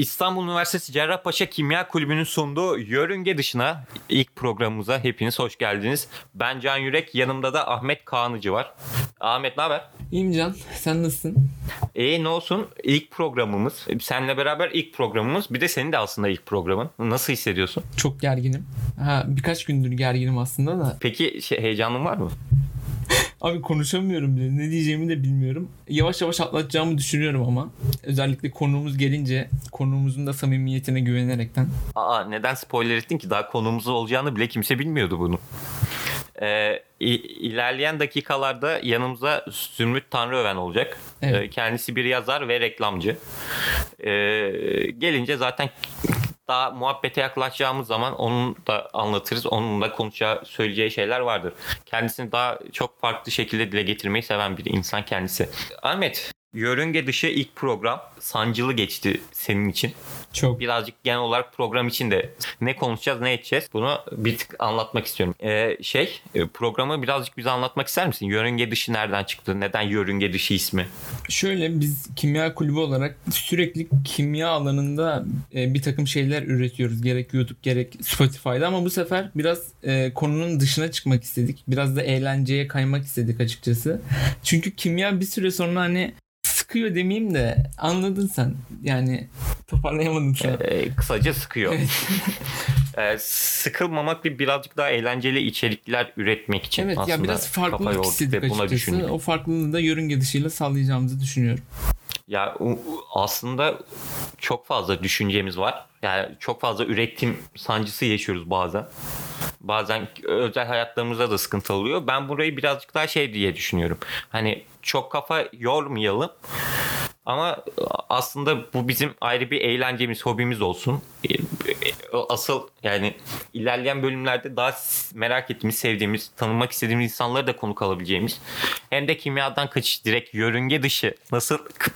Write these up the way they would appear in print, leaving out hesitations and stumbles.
İstanbul Üniversitesi Cerrahpaşa Kimya Kulübü'nün sunduğu Yörünge Dışına ilk programımıza hepiniz hoş geldiniz. Ben Can Yürek, yanımda da Ahmet Kağanıcı var. Ahmet ne haber? İyiyim Can, sen nasılsın? Ne olsun, ilk programımız. Seninle beraber ilk programımız. Bir de senin de aslında ilk programın. Nasıl hissediyorsun? Çok gerginim. Birkaç gündür gerginim aslında da. Peki heyecanın var mı? Abi konuşamıyorum bile. Ne diyeceğimi de bilmiyorum. Yavaş yavaş atlatacağımı düşünüyorum ama. Özellikle konuğumuz gelince, konuğumuzun da samimiyetine güvenerekten. Neden spoiler ettin ki? Daha konuğumuz olacağını bile kimse bilmiyordu bunu. İlerleyen dakikalarda yanımıza Zümrüt Tanrıöven olacak. Evet. Kendisi bir yazar ve reklamcı. Gelince zaten daha muhabbete yaklaşacağımız zaman onu da anlatırız. Onun da konuşacağı, söyleyeceği şeyler vardır. Kendisini daha çok farklı şekilde dile getirmeyi seven bir insan kendisi. Ahmet, Yörünge Dışı ilk program sancılı geçti senin için. Çok. Birazcık genel olarak program için de ne konuşacağız, ne edeceğiz bunu bir tık anlatmak istiyorum. Programı birazcık bize anlatmak ister misin? Yörünge Dışı nereden çıktı? Neden Yörünge Dışı ismi? Şöyle, biz kimya kulübü olarak sürekli kimya alanında bir takım şeyler üretiyoruz. Gerek YouTube gerek Spotify'da, ama bu sefer biraz konunun dışına çıkmak istedik. Biraz da eğlenceye kaymak istedik açıkçası. Çünkü kimya bir süre sonra hani sıkıyor demeyeyim de anladın sen. Yani toparlayamadım şu an. Kısaca sıkıyor. Evet. Sıkılmamak birazcık daha eğlenceli içerikler üretmek için Evet, aslında. ya biraz farklılık istedik açıkçası. O farklılığı da yörünge dışıyla sağlayacağımızı düşünüyorum. Ya aslında çok fazla düşüncemiz var. Yani çok fazla üretim sancısı yaşıyoruz bazen. Bazen özel hayatlarımızda da sıkıntı oluyor. Ben burayı birazcık daha diye düşünüyorum. Hani çok kafa yormayalım. Ama aslında bu bizim ayrı bir eğlencemiz, hobimiz olsun. Asıl yani ilerleyen bölümlerde daha merak ettiğimiz, sevdiğimiz, tanımak istediğimiz insanları da konuk alabileceğimiz. Hem de kimyadan kaçış, direkt yörünge dışı, nasıl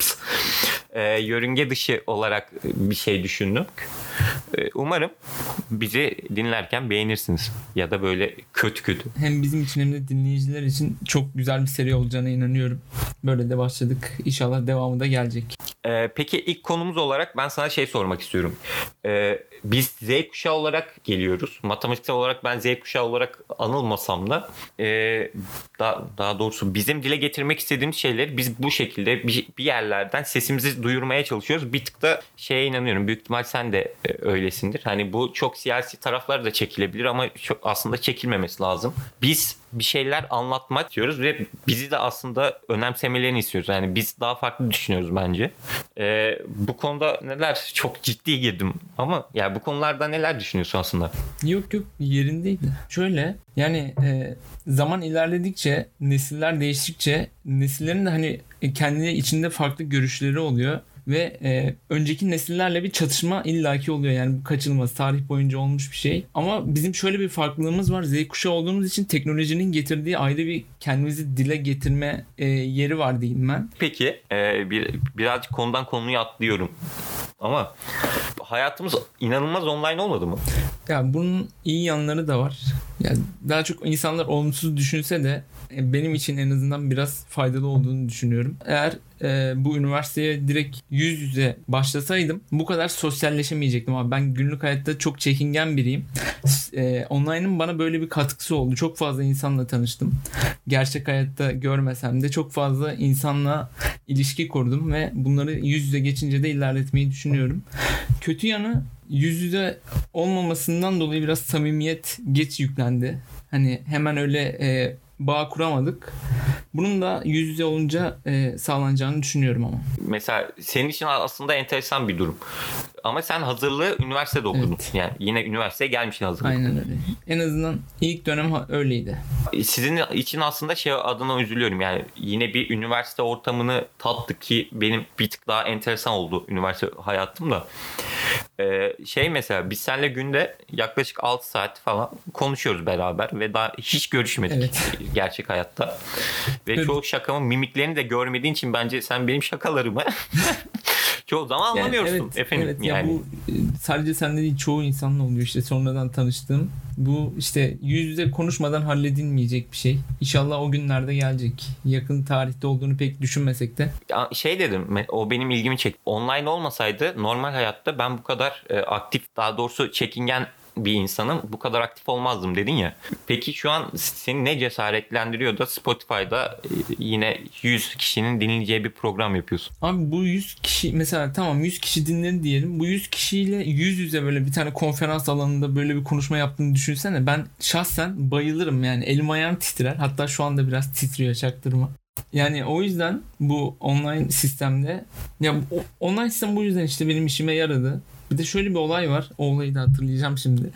yörünge dışı olarak bir şey düşündüm. Umarım bizi dinlerken beğenirsiniz. Ya da böyle kötü. Hem bizim için hem de dinleyiciler için çok güzel bir seri olacağına inanıyorum. Böyle de başladık. İnşallah devamı da gelecek. Peki ilk konumuz olarak ben sana sormak istiyorum. Biz Z kuşağı olarak geliyoruz. Matematiksel olarak ben Z kuşağı olarak anılmasam da daha doğrusu bizim dile getirmek istediğimiz şeyleri biz bu şekilde bir yerlerden sesimizi duyurmaya çalışıyoruz. Bir tık da inanıyorum. Büyük ihtimal sen de öylesindir. Hani bu çok siyasi taraflar da çekilebilir ama çok aslında çekilmemesi lazım. Biz bir şeyler anlatmak istiyoruz ve bizi de aslında önemsemelerini istiyoruz. Yani biz daha farklı düşünüyoruz bence. Bu konuda neler, çok ciddi girdim ama ya bu konularda neler düşünüyorsun aslında? Yok yerindeydi. Şöyle yani zaman ilerledikçe, nesiller değiştikçe nesillerin de hani kendi içinde farklı görüşleri oluyor. Ve önceki nesillerle bir çatışma illaki oluyor. Yani bu kaçınılmaz, tarih boyunca olmuş bir şey. Ama bizim şöyle bir farklılığımız var. Z kuşağı olduğumuz için teknolojinin getirdiği ayrı bir kendimizi dile getirme yeri var diyeyim ben. Peki birazcık konudan konuya atlıyorum. Ama hayatımız inanılmaz online olmadı mı? Ya bunun iyi yanları da var. Yani daha çok insanlar olumsuz düşünse de benim için en azından biraz faydalı olduğunu düşünüyorum. Eğer bu üniversiteye direkt yüz yüze başlasaydım bu kadar sosyalleşemeyecektim. Ama ben günlük hayatta çok çekingen biriyim. Online'ın bana böyle bir katkısı oldu. Çok fazla insanla tanıştım. Gerçek hayatta görmesem de çok fazla insanla ilişki kurdum ve bunları yüz yüze geçince de ilerletmeyi düşünüyorum. Kötü yanı yüz yüze olmamasından dolayı biraz samimiyet geç yüklendi. Hani hemen öyle bağ kuramadık. Bunun da yüz yüze olunca sağlanacağını düşünüyorum ama. Mesela senin için aslında enteresan bir durum. Ama sen hazırlığı üniversitede okudun. Evet. Yani yine üniversiteye gelmişsin hazırlık. Aynen öyle. En azından ilk dönem öyleydi. Sizin için aslında adına üzülüyorum. Yani yine bir üniversite ortamını tattık ki benim bir tık daha enteresan oldu üniversite hayatım da. Mesela biz seninle günde yaklaşık 6 saat falan konuşuyoruz beraber ve daha hiç görüşmedik. Evet. Gerçek hayatta. Ve Evet. çoğu şakamın mimiklerini de görmediğin için bence sen benim şakalarımı Çoğu zaman Yani anlamıyorsun evet, efendim. evet. Yani. Ya bu sadece sende değil, çoğu insanla oluyor işte, sonradan tanıştığım. Bu işte yüz yüze konuşmadan halledilmeyecek bir şey. İnşallah o günlerde gelecek. Yakın tarihte olduğunu pek düşünmesek de. Ya şey dedim, o benim ilgimi çekti. Online olmasaydı normal hayatta ben bu kadar aktif, daha doğrusu çekingen bir insanım, bu kadar aktif olmazdım dedin ya. Peki şu an seni ne cesaretlendiriyor da Spotify'da yine 100 kişinin dinleyeceği bir program yapıyorsun? Abi bu 100 kişi mesela, tamam 100 kişi dinledi diyelim. Bu 100 kişiyle yüz yüze böyle bir tane konferans alanında böyle bir konuşma yaptığını düşünsene. Ben şahsen bayılırım yani, elim ayağım titrer. Hatta şu anda biraz titriyor, çaktırma. Yani o yüzden bu online sistemde, ya online sistem bu yüzden işte benim işime yaradı. Bir de şöyle bir olay var. O olayı da hatırlayacağım şimdi.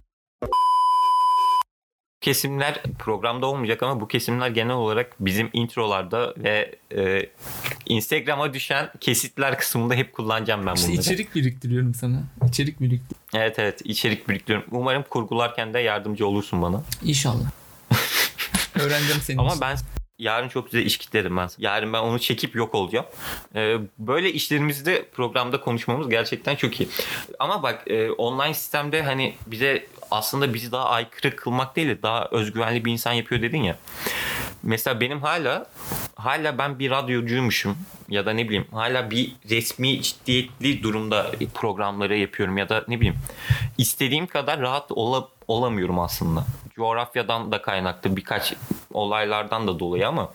Kesimler programda olmayacak ama bu kesimler genel olarak bizim introlarda ve Instagram'a düşen kesitler kısmında hep kullanacağım ben İşte bunları. içerik biriktiriyorum sana. İçerik biriktiriyorum. Evet, içerik biriktiriyorum. Umarım kurgularken de yardımcı olursun bana. İnşallah. Öğreneceğim senin Ama için. ben yarın çok güzel iş kitlerim ben. Yarın ben onu çekip yok olacağım. Böyle işlerimizde programda konuşmamız gerçekten çok iyi. Ama bak online sistemde hani bizi daha aykırı kılmak değil de daha özgüvenli bir insan yapıyor dedin ya. Mesela benim hala ben bir radyocuymuşum ya da ne bileyim hala bir resmi ciddiyetli durumda programları yapıyorum ya da ne bileyim istediğim kadar rahat olamıyorum aslında. Coğrafyadan da kaynaklı birkaç olaylardan da dolayı ama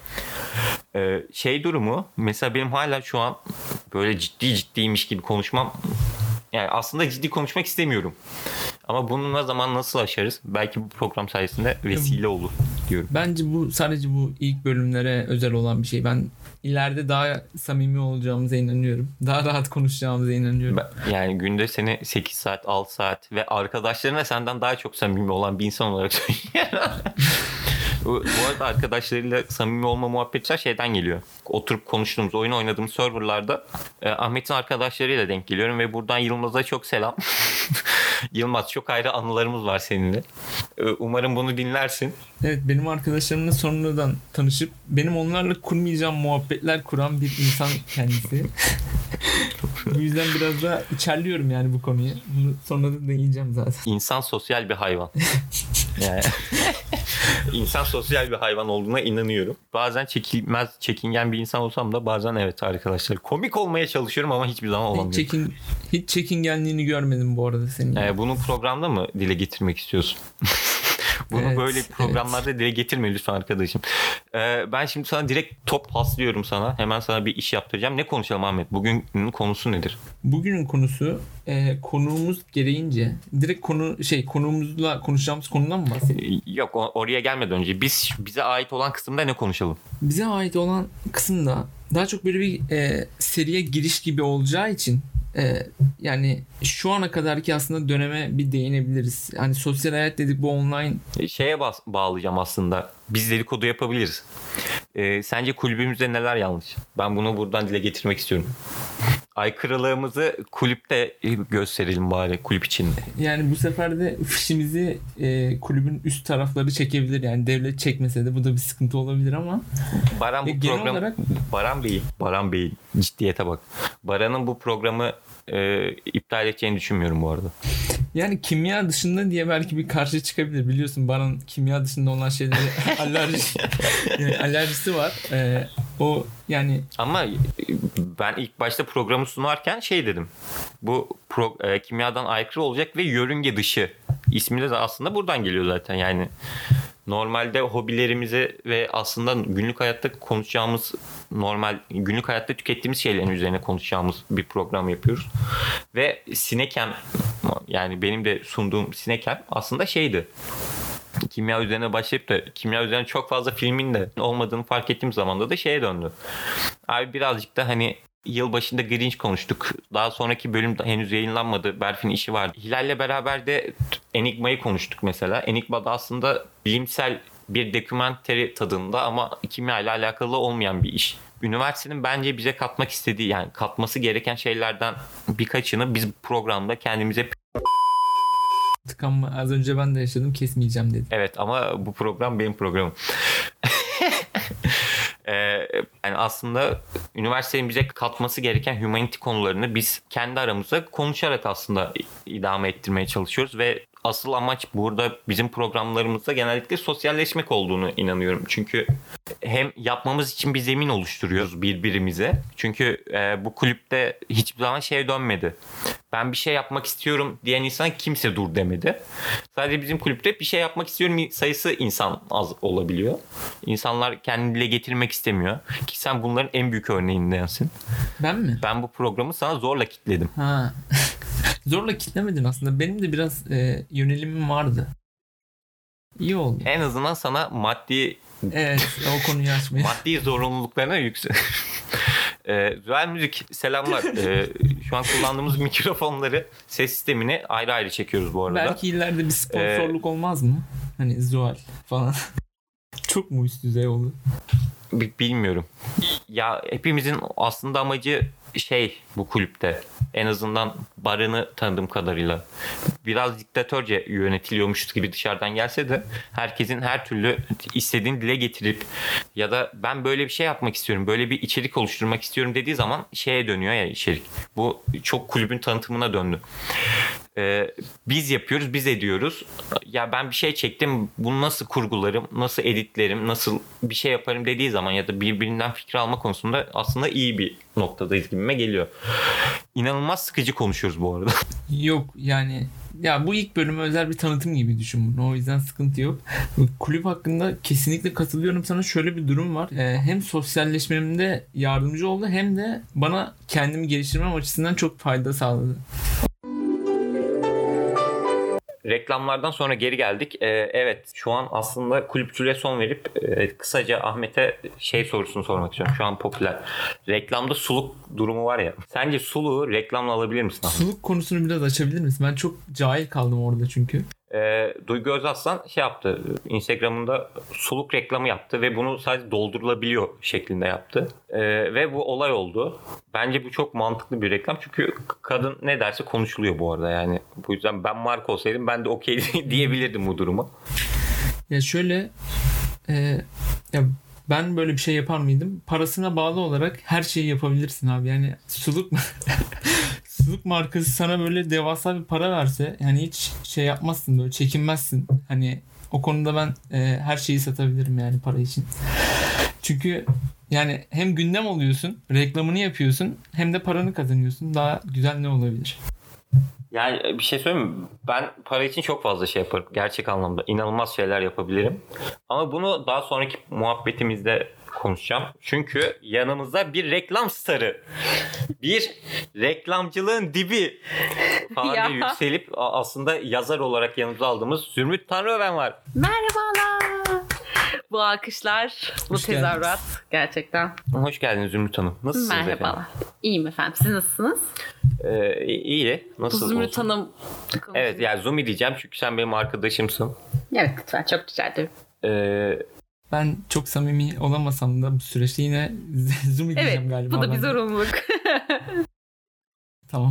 durumu mesela benim hala şu an böyle ciddiymiş gibi konuşmam, yani aslında ciddi konuşmak istemiyorum. Ama bunu ne zaman nasıl aşarız? Belki bu program sayesinde vesile olur diyorum. Bence bu sadece bu ilk bölümlere özel olan bir şey. Ben ileride daha samimi olacağımıza inanıyorum. Daha rahat konuşacağımıza inanıyorum. Yani günde seni 8 saat, 6 saat ve arkadaşlarına senden daha çok samimi olan bir insan olarak söylüyorum. Bu arada arkadaşlarıyla samimi olma muhabbetler şeyden geliyor. Oturup konuştuğumuz, oyun oynadığımız serverlarda Ahmet'in arkadaşlarıyla denk geliyorum ve buradan Yılmaz'a çok selam. Yılmaz, çok ayrı anılarımız var seninle. Umarım bunu dinlersin. Evet, benim arkadaşlarımla sonradan tanışıp benim onlarla kurmayacağım muhabbetler kuran bir insan kendisi. Bu yüzden biraz da içerliyorum yani bu konuyu. Bunu sonra da değineceğim zaten. İnsan sosyal bir hayvan. Yani insan sosyal bir hayvan olduğuna inanıyorum. Bazen çekingen bir insan olsam da bazen evet arkadaşlar komik olmaya çalışıyorum ama hiçbir zaman olamıyorum. Hiç çekingenliğini görmedim bu arada senin. Bunu programda mı dile getirmek istiyorsun? Bunu Evet, böyle programlarda dile getirme lütfen arkadaşım. Ben şimdi sana direkt top paslıyorum sana. Hemen sana bir iş yaptıracağım. Ne konuşalım Ahmet? Bugünün konusu nedir? Bugünün konusu konuğumuz gereğince direkt konuğumuzla konuşacağımız konudan mı bahsedelim? Yok, oraya gelmeden önce bize ait olan kısımda ne konuşalım? Bize ait olan kısımda daha çok böyle bir seriye giriş gibi olacağı için yani şu ana kadarki aslında döneme bir değinebiliriz. Hani sosyal hayat dedik, bu online. Şeye bağlayacağım aslında. Biz dedikodu yapabiliriz. Sence kulübümüzde neler yanlış? Ben bunu buradan dile getirmek istiyorum. Aykırılığımızı kulüpte gösterelim bari, kulüp içinde. Yani bu sefer de fişimizi kulübün üst tarafları çekebilir. Yani devlet çekmese de bu da bir sıkıntı olabilir ama Baran bu genel program olarak Baran Bey'in ciddiyete bak. Baran'ın bu programı iptal edeceğini düşünmüyorum bu arada. yani kimya dışında diye belki bir karşı çıkabilir. Biliyorsun Baran kimya dışında olan şeylere alerjisi var. O yani Ama ben ilk başta programı sunarken dedim. Bu kimyadan aykırı olacak ve yörünge dışı. İsmi de aslında buradan geliyor zaten. Yani normalde hobilerimizi ve aslında günlük hayatta konuşacağımız, normal günlük hayatta tükettiğimiz şeylerin üzerine konuşacağımız bir program yapıyoruz. Ve Sinekem, yani benim de sunduğum Sinekem aslında kimya üzerine başlayıp da kimya üzerine çok fazla filmin de olmadığını fark ettiğim zaman da döndü. Abi birazcık da hani yılbaşında Grinch konuştuk. Daha sonraki bölüm henüz yayınlanmadı. Berfin'in işi vardı. Hilal'le beraber de Enigma'yı konuştuk mesela. Enigma'da aslında bilimsel bir dokümenteri tadında ama kimya ile alakalı olmayan bir iş. Üniversitenin bence bize katmak istediği, yani katması gereken şeylerden birkaçını biz bu programda kendimize tıkanma, az önce ben de yaşadım, kesmeyeceğim dedi. Evet ama bu program benim programım. Yani aslında üniversitenin bize katması gereken humanity konularını biz kendi aramızda konuşarak aslında idame ettirmeye çalışıyoruz ve asıl amaç burada bizim programlarımızda genellikle sosyalleşmek olduğunu inanıyorum. Çünkü hem yapmamız için bir zemin oluşturuyoruz birbirimize. Çünkü bu kulüpte hiçbir zaman şeye dönmedi. Ben bir şey yapmak istiyorum diyen insan kimse dur demedi. Sadece bizim kulüpte bir şey yapmak istiyorum sayısı insan az olabiliyor. İnsanlar kendini dile getirmek istemiyor. Ki sen bunların en büyük örneğindensin. Ben mi? Ben bu programı sana zorla kitledim. Ha. Zorla kitlemedin aslında. Benim de biraz yönelimim vardı. İyi oldu. En azından sana maddi Evet, o konuyu açmaya. maddi zorunluluklarına yüksek. Zühal Müzik selamlar. Şu an kullandığımız mikrofonları, ses sistemini ayrı ayrı çekiyoruz bu arada. Belki ileride bir sponsorluk olmaz mı? Hani Zuhal falan. Çok mu üst düzey oldu? Bilmiyorum. Ya hepimizin aslında amacı bu kulüpte. En azından barını tanıdığım kadarıyla. Biraz diktatörce yönetiliyormuş gibi dışarıdan gelse de herkesin her türlü istediğini dile getirip ya da ben böyle bir şey yapmak istiyorum, böyle bir içerik oluşturmak istiyorum dediği zaman şeye dönüyor ya içerik. Bu çok kulübün tanıtımına döndü. Biz yapıyoruz, biz ediyoruz. Ya ben bir şey çektim, bunu nasıl kurgularım, nasıl editlerim, nasıl bir şey yaparım dediği zaman ya da birbirinden fikir alma konusunda aslında iyi bir noktadayız gibime geliyor. İnanılmaz sıkıcı konuşuyoruz bu arada. Yok yani ya bu ilk bölüme özel bir tanıtım gibi düşün bunu. O yüzden sıkıntı yok. Kulüp hakkında kesinlikle katılıyorum sana. Şöyle bir durum var. Hem sosyalleşmemde yardımcı oldu hem de bana kendimi geliştirmem açısından çok fayda sağladı. Reklamlardan sonra geri geldik. Evet, şu an aslında kulüpçülüğe son verip kısaca Ahmet'e sorusunu sormak istiyorum. Şu an popüler. Reklamda suluk durumu var ya. Sence suluğu reklamla alabilir misin Ahmet? Suluk konusunu biraz açabilir misin? Ben çok cahil kaldım orada çünkü. Duygu Özaslan yaptı. Instagram'ında suluk reklamı yaptı ve bunu sadece doldurulabiliyor şeklinde yaptı. Ve bu olay oldu. Bence bu çok mantıklı bir reklam. Çünkü kadın ne derse konuşuluyor bu arada yani. Bu yüzden ben marka olsaydım ben de okey diyebilirdim bu duruma. Ya şöyle ya ben böyle bir şey yapar mıydım? Parasına bağlı olarak her şeyi yapabilirsin abi. Yani suluk suluk markası sana böyle devasa bir para verse yani hiç şey yapmazsın, böyle çekinmezsin. Hani o konuda ben her şeyi satabilirim yani para için. Çünkü yani hem gündem oluyorsun, reklamını yapıyorsun hem de paranı kazanıyorsun. Daha güzel ne olabilir? Yani bir şey söyleyeyim mi? Ben para için çok fazla şey yaparım. Gerçek anlamda. İnanılmaz şeyler yapabilirim. Ama bunu daha sonraki muhabbetimizde konuşacağım. Çünkü yanımızda bir reklam starı. Bir reklamcılığın dibi falan diye yükselip aslında yazar olarak yanımıza aldığımız Zümrüt Tanrıöven var. Merhabalar. Bu alkışlar, bu Hoş tezahürat geldiniz. gerçekten. Hoş geldiniz Zümrüt Hanım. Nasılsınız Merhabalar. efendim? İyiyim efendim. Siz nasılsınız? İyi. Bu Nasıl Zümrüt olsun? Hanım. Evet yani Zumi diyeceğim çünkü sen benim arkadaşımsın. Evet lütfen çok rica ederim. Ben çok samimi olamasam da bu süreçte yine zoom Evet edeceğim galiba. bu da bir ben. zorunluluk. Tamam.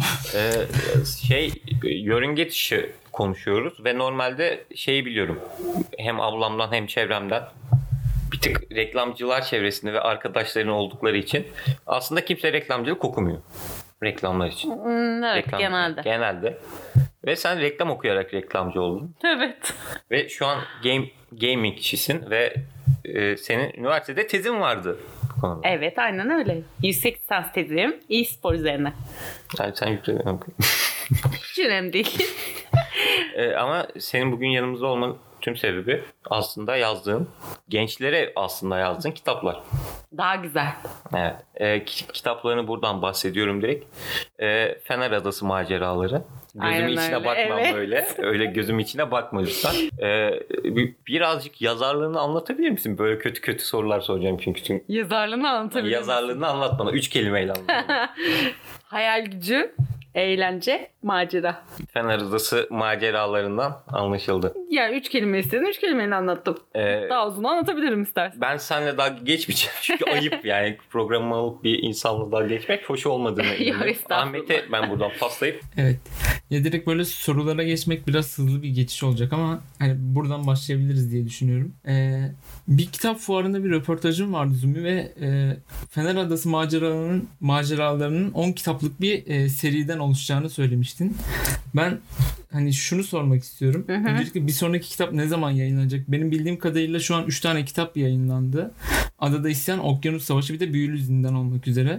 Yörünge dışı konuşuyoruz ve normalde biliyorum. Hem ablamdan hem çevremden bir tık reklamcılar çevresinde ve arkadaşların oldukları için aslında kimse reklamcılık okumuyor. Reklamlar için. Evet genelde. Ve sen reklam okuyarak reklamcı oldun. Evet. Ve şu an gaming kişisin ve senin üniversitede tezin vardı bu konuda. Evet aynen öyle. Yüksek lisans tezim e-spor üzerine. Yani sen yüksek. Hiç önemli değil. Ama senin bugün yanımızda olmanın tüm sebebi aslında gençlere yazdığın kitaplar. Daha güzel. Evet. Kitaplarını buradan bahsediyorum direkt. Fener Adası maceraları. Gözümün Aynen içine öyle, bakmam evet. böyle. Öyle gözümün içine bakma lütfen. Birazcık yazarlığını anlatabilir misin? Böyle kötü kötü sorular soracağım çünkü. Yazarlığını anlatabilir misin? Yazarlığını anlat bana. 3 kelimeyle anlat. Hayal gücü, eğlence, macera. Fener Adası maceralarından anlaşıldı. Yani 3 kelime istedin, 3 kelimeyle anlattım. Daha uzun anlatabilirim istersen. Ben seninle dalga geçmeyeceğim. Çünkü ayıp yani. Programı alıp bir insanla dalga geçmek hoş olmadığını Yok, inanıyorum. estağfurullah. Ahmet'e ben buradan paslayıp. Evet. Ya direkt böyle sorulara geçmek biraz hızlı bir geçiş olacak ama hani buradan başlayabiliriz diye düşünüyorum. Bir kitap fuarında bir röportajım vardı Zumi ve Fener Adası maceralarının 10 kitaplık bir seriden oluşacağını söylemiştin. Ben hani şunu sormak istiyorum. Öncelikle bir sonraki kitap ne zaman yayınlanacak? Benim bildiğim kadarıyla şu an 3 tane kitap yayınlandı. Adada İsyan, Okyanus Savaşı bir de Büyülü Zindan olmak üzere.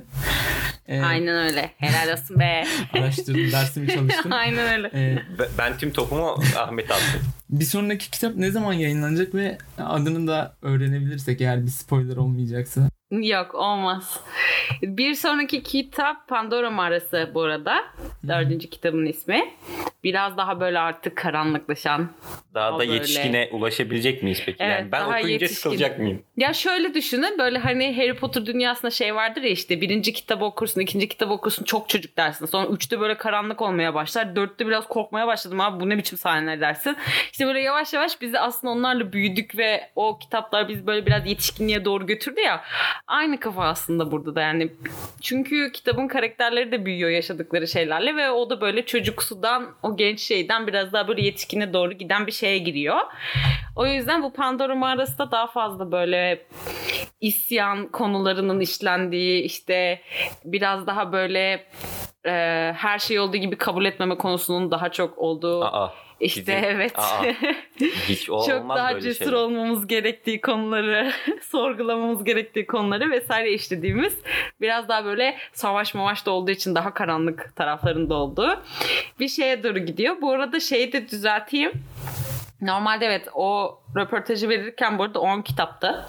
Aynen öyle. Helal olsun be. Araştırdım, dersimi çalıştım. Aynen öyle. Ben tüm topumu Ahmet attım. Bir sonraki kitap ne zaman yayınlanacak ve adını da öğrenebilirsek eğer bir spoiler olmayacaksa. Yok, olmaz. Bir sonraki kitap Pandora Mağarası bu arada. 4. kitabın ismi. Biraz daha böyle artık karanlıklaşan. Daha da böyle yetişkine ulaşabilecek miyiz peki? Evet, Yani ben daha okuyunca yetişkin. sıkılacak mıyım? Ya şöyle düşünün, böyle hani Harry Potter dünyasında şey vardır ya, işte 1. kitabı okursun, 2. kitabı okursun, çok çocuk dersin. Sonra 3'te böyle karanlık olmaya başlar. 4'te biraz korkmaya başladım, abi bu ne biçim sahneler dersin. İşte böyle yavaş yavaş bizi aslında onlarla büyüdük ve o kitaplar bizi böyle biraz yetişkinliğe doğru götürdü ya. Aynı kafa aslında burada da yani. Çünkü kitabın karakterleri de büyüyor yaşadıkları şeylerle ve o da böyle çocuksudan, o genç şeyden biraz daha böyle yetişkine doğru giden bir şeye giriyor. O yüzden bu Pandora Mağarası da daha fazla böyle isyan konularının işlendiği, işte biraz daha böyle her şey olduğu gibi kabul etmeme konusunun daha çok olduğu. İşte Bizim, evet. Hiç çok daha cesur olmamız gerektiği konuları, sorgulamamız gerektiği konuları vesaire işlediğimiz, biraz daha böyle savaş da olduğu için daha karanlık taraflarında olduğu bir şeye doğru gidiyor. Bu arada şeyi de düzelteyim. Normalde evet, o röportajı verirken bu arada 10 kitaptı.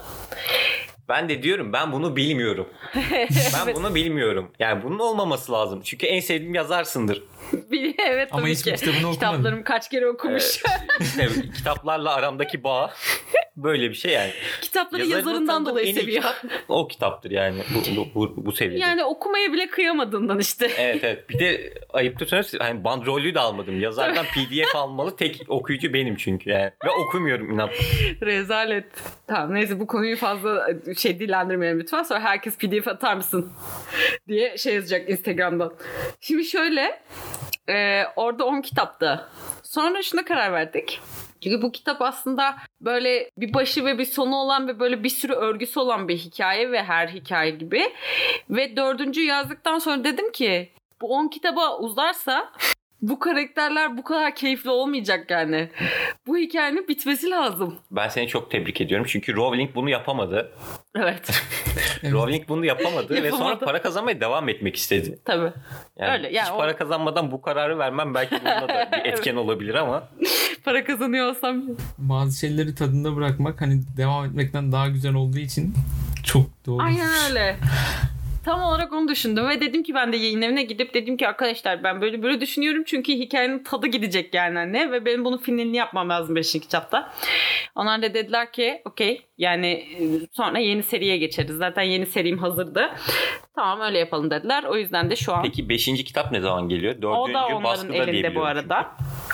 Ben de diyorum, ben bunu bilmiyorum. Ben bunu bilmiyorum. Yani bunun olmaması lazım. Çünkü en sevdiğim yazarsındır. Evet, ama tabii hiçbir ki. kitabını okumadım. Kitaplarım kaç kere okumuş. İşte kitaplarla aramdaki bağ böyle bir şey yani. Kitapları Yazarını yazarından tanıdığım dolayı en iyi seviyor. kitap o kitaptır yani bu seviyede. Yani okumaya bile kıyamadığından işte. Evet. Bir de ayıptır söylemesi, hani bandrollü de almadım. Yazardan PDF almalı tek okuyucu benim çünkü yani. Ve okumuyorum inan. Rezalet. Tamam neyse, bu konuyu fazla dillendirmeyelim lütfen. Sonra herkes PDF atar mısın diye şey yazacak Instagram'dan. Şimdi şöyle, orada 10 kitaptı. Sonra şuna karar verdik. Çünkü bu kitap aslında böyle bir başı ve bir sonu olan ve böyle bir sürü örgüsü olan bir hikaye ve her hikaye gibi. Ve 4. yazdıktan sonra dedim ki bu 10 kitaba uzarsa bu karakterler bu kadar keyifli olmayacak yani. Bu hikayenin bitmesi lazım. Ben seni çok tebrik ediyorum. Çünkü Rowling bunu yapamadı. Evet. Rowling bunu yapamadı ve sonra para kazanmaya devam etmek istedi. Tabii. Yani öyle. Yani hiç para kazanmadan bu kararı vermem belki bunda da bir etken olabilir ama. Para kazanıyor olsam. Bazı şeyleri tadında bırakmak hani devam etmekten daha güzel olduğu için çok doğru. Aynen öyle. Tam olarak onu düşündüm ve dedim ki ben de yayın evine gidip dedim ki arkadaşlar ben böyle düşünüyorum çünkü hikayenin tadı gidecek yani anne ve benim bunun finalini yapmam lazım 5. kitapta. Onlar da dediler ki okey, yani sonra yeni seriye geçeriz. Zaten yeni serim hazırdı. Tamam öyle yapalım dediler. O yüzden de şu an. Peki 5. kitap ne zaman geliyor? 4. O da onların baskıda elinde bu arada.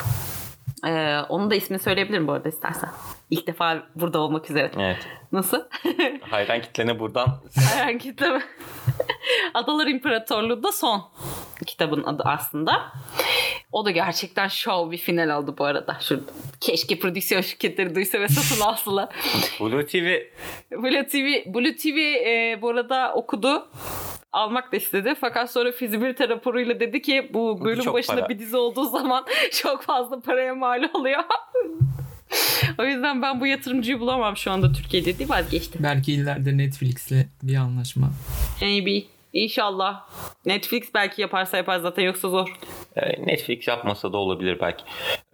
Onun da ismini söyleyebilirim bu arada istersen. İlk defa burada olmak üzere. Evet. Nasıl? Hayran kitlene buradan. Hayran kitleme. Adalar İmparatorluğu da son kitabın adı aslında. O da gerçekten şov bir final oldu bu arada. Şurada. Keşke prodüksiyon şirketleri duysa ve satın alsalar. Blue TV bu arada okudu. Almak da istedi. Fakat sonra fizibilite raporuyla dedi ki bu bölüm çok başında para. bir dizi olduğu zaman çok fazla paraya mal oluyor. O yüzden ben bu yatırımcıyı bulamam şu anda Türkiye'de diye vazgeçtim. Belki ileride Netflix'le bir anlaşma. Maybe. İnşallah. Netflix belki yaparsa yapar, zaten yoksa zor. Netflix yapmasa da olabilir belki.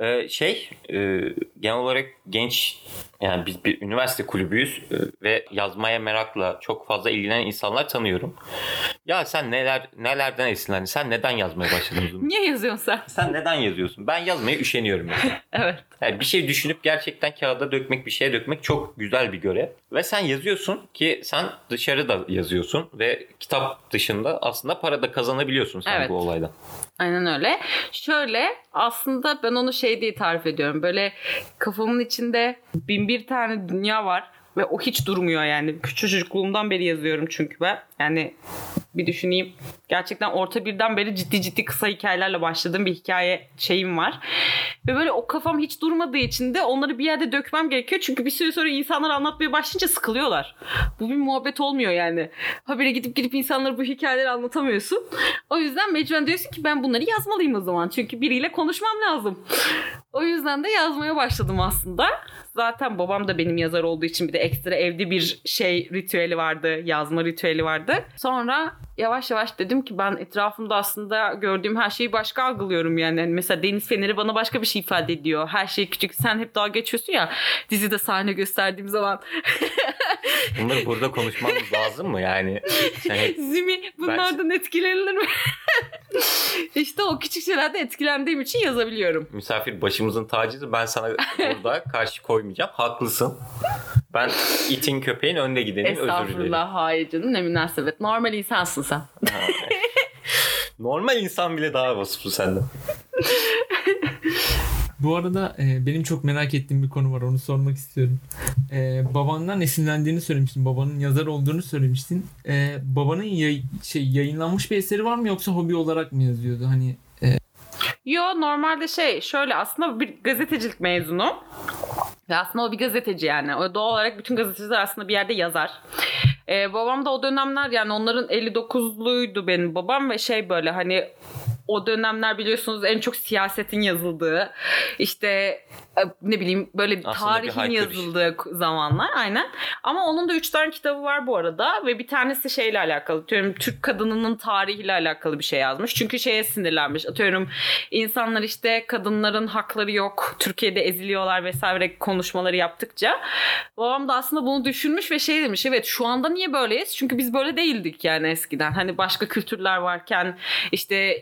Genel olarak genç, yani biz bir üniversite kulübüyüz ve yazmaya merakla çok fazla ilgilenen insanlar tanıyorum. Ya sen nelerden esinlendin? Sen neden yazmaya başladın? Niye yazıyorsun sen? Sen neden yazıyorsun? Ben yazmaya üşeniyorum mesela. Evet. Yani bir şey düşünüp gerçekten kağıda dökmek, bir şeye dökmek çok güzel bir görev. Ve sen yazıyorsun ki sen dışarıda yazıyorsun ve kitap dışında aslında para da kazanabiliyorsun sen Evet. bu olaydan. Aynen öyle. Şöyle, aslında ben onu şey diye tarif ediyorum. Böyle kafamın içinde 1001 tane dünya var ve o hiç durmuyor yani. Küçük çocukluğumdan beri yazıyorum çünkü ben. Yani bir düşüneyim. Gerçekten orta birden beri ciddi kısa hikayelerle başladığım bir hikaye şeyim var. Ve böyle o kafam hiç durmadığı için de onları bir yerde dökmem gerekiyor. Çünkü bir süre sonra insanlar anlatmaya başlayınca sıkılıyorlar. Bu bir muhabbet olmuyor yani. Habire gidip insanlara bu hikayeleri anlatamıyorsun. O yüzden mecburen diyorsun ki ben bunları yazmalıyım o zaman. Çünkü biriyle konuşmam lazım. O yüzden de yazmaya başladım aslında. Zaten babam da benim yazar olduğu için bir de ekstra evde bir ritüeli vardı. Yazma ritüeli vardı. Sonra yavaş yavaş dedim ki ben etrafımda aslında gördüğüm her şeyi başka algılıyorum yani. Mesela deniz feneri bana başka bir şey ifade ediyor. Her şey küçük. Sen hep dalga geçiyorsun ya dizide sahne gösterdiğim zaman. Bunları burada konuşmamız lazım mı yani? Zimi bunlardan etkilenilir mi? İşte o küçük şeylerden etkilendiğim için yazabiliyorum. Misafir başımızın tacıdır. Ben sana burada karşı koymayacağım. Haklısın. Ben itin köpeğin önde gidenin özür dilerim. Estağfurullah, hayır canım, ne münasebet. Normal insansın sen. Normal insan bile daha vasıflı senden. Bu arada benim çok merak ettiğim bir konu var. Onu sormak istiyorum. Babandan esinlendiğini söylemiştin. Babanın yazar olduğunu söylemiştin. Babanın yayınlanmış bir eseri var mı yoksa hobi olarak mı yazıyordu? Hani Yo, normalde şöyle aslında bir gazetecilik mezunu. Ve aslında o bir gazeteci yani. O doğal olarak bütün gazeteciler aslında bir yerde yazar. Babam da o dönemler yani onların 59'luydu benim babam ve böyle hani o dönemler biliyorsunuz en çok siyasetin yazıldığı, işte ne bileyim böyle aslında tarihin yazıldığı zamanlar, aynen. Ama onun da 3 tane kitabı var bu arada ve bir tanesi şeyle alakalı, atıyorum Türk kadınının tarihiyle alakalı bir şey yazmış. Çünkü sinirlenmiş, atıyorum insanlar işte kadınların hakları yok, Türkiye'de eziliyorlar vesaire konuşmaları yaptıkça. Babam da aslında bunu düşünmüş ve demiş, evet şu anda niye böyleyiz? Çünkü biz böyle değildik yani eskiden. Hani başka kültürler varken işte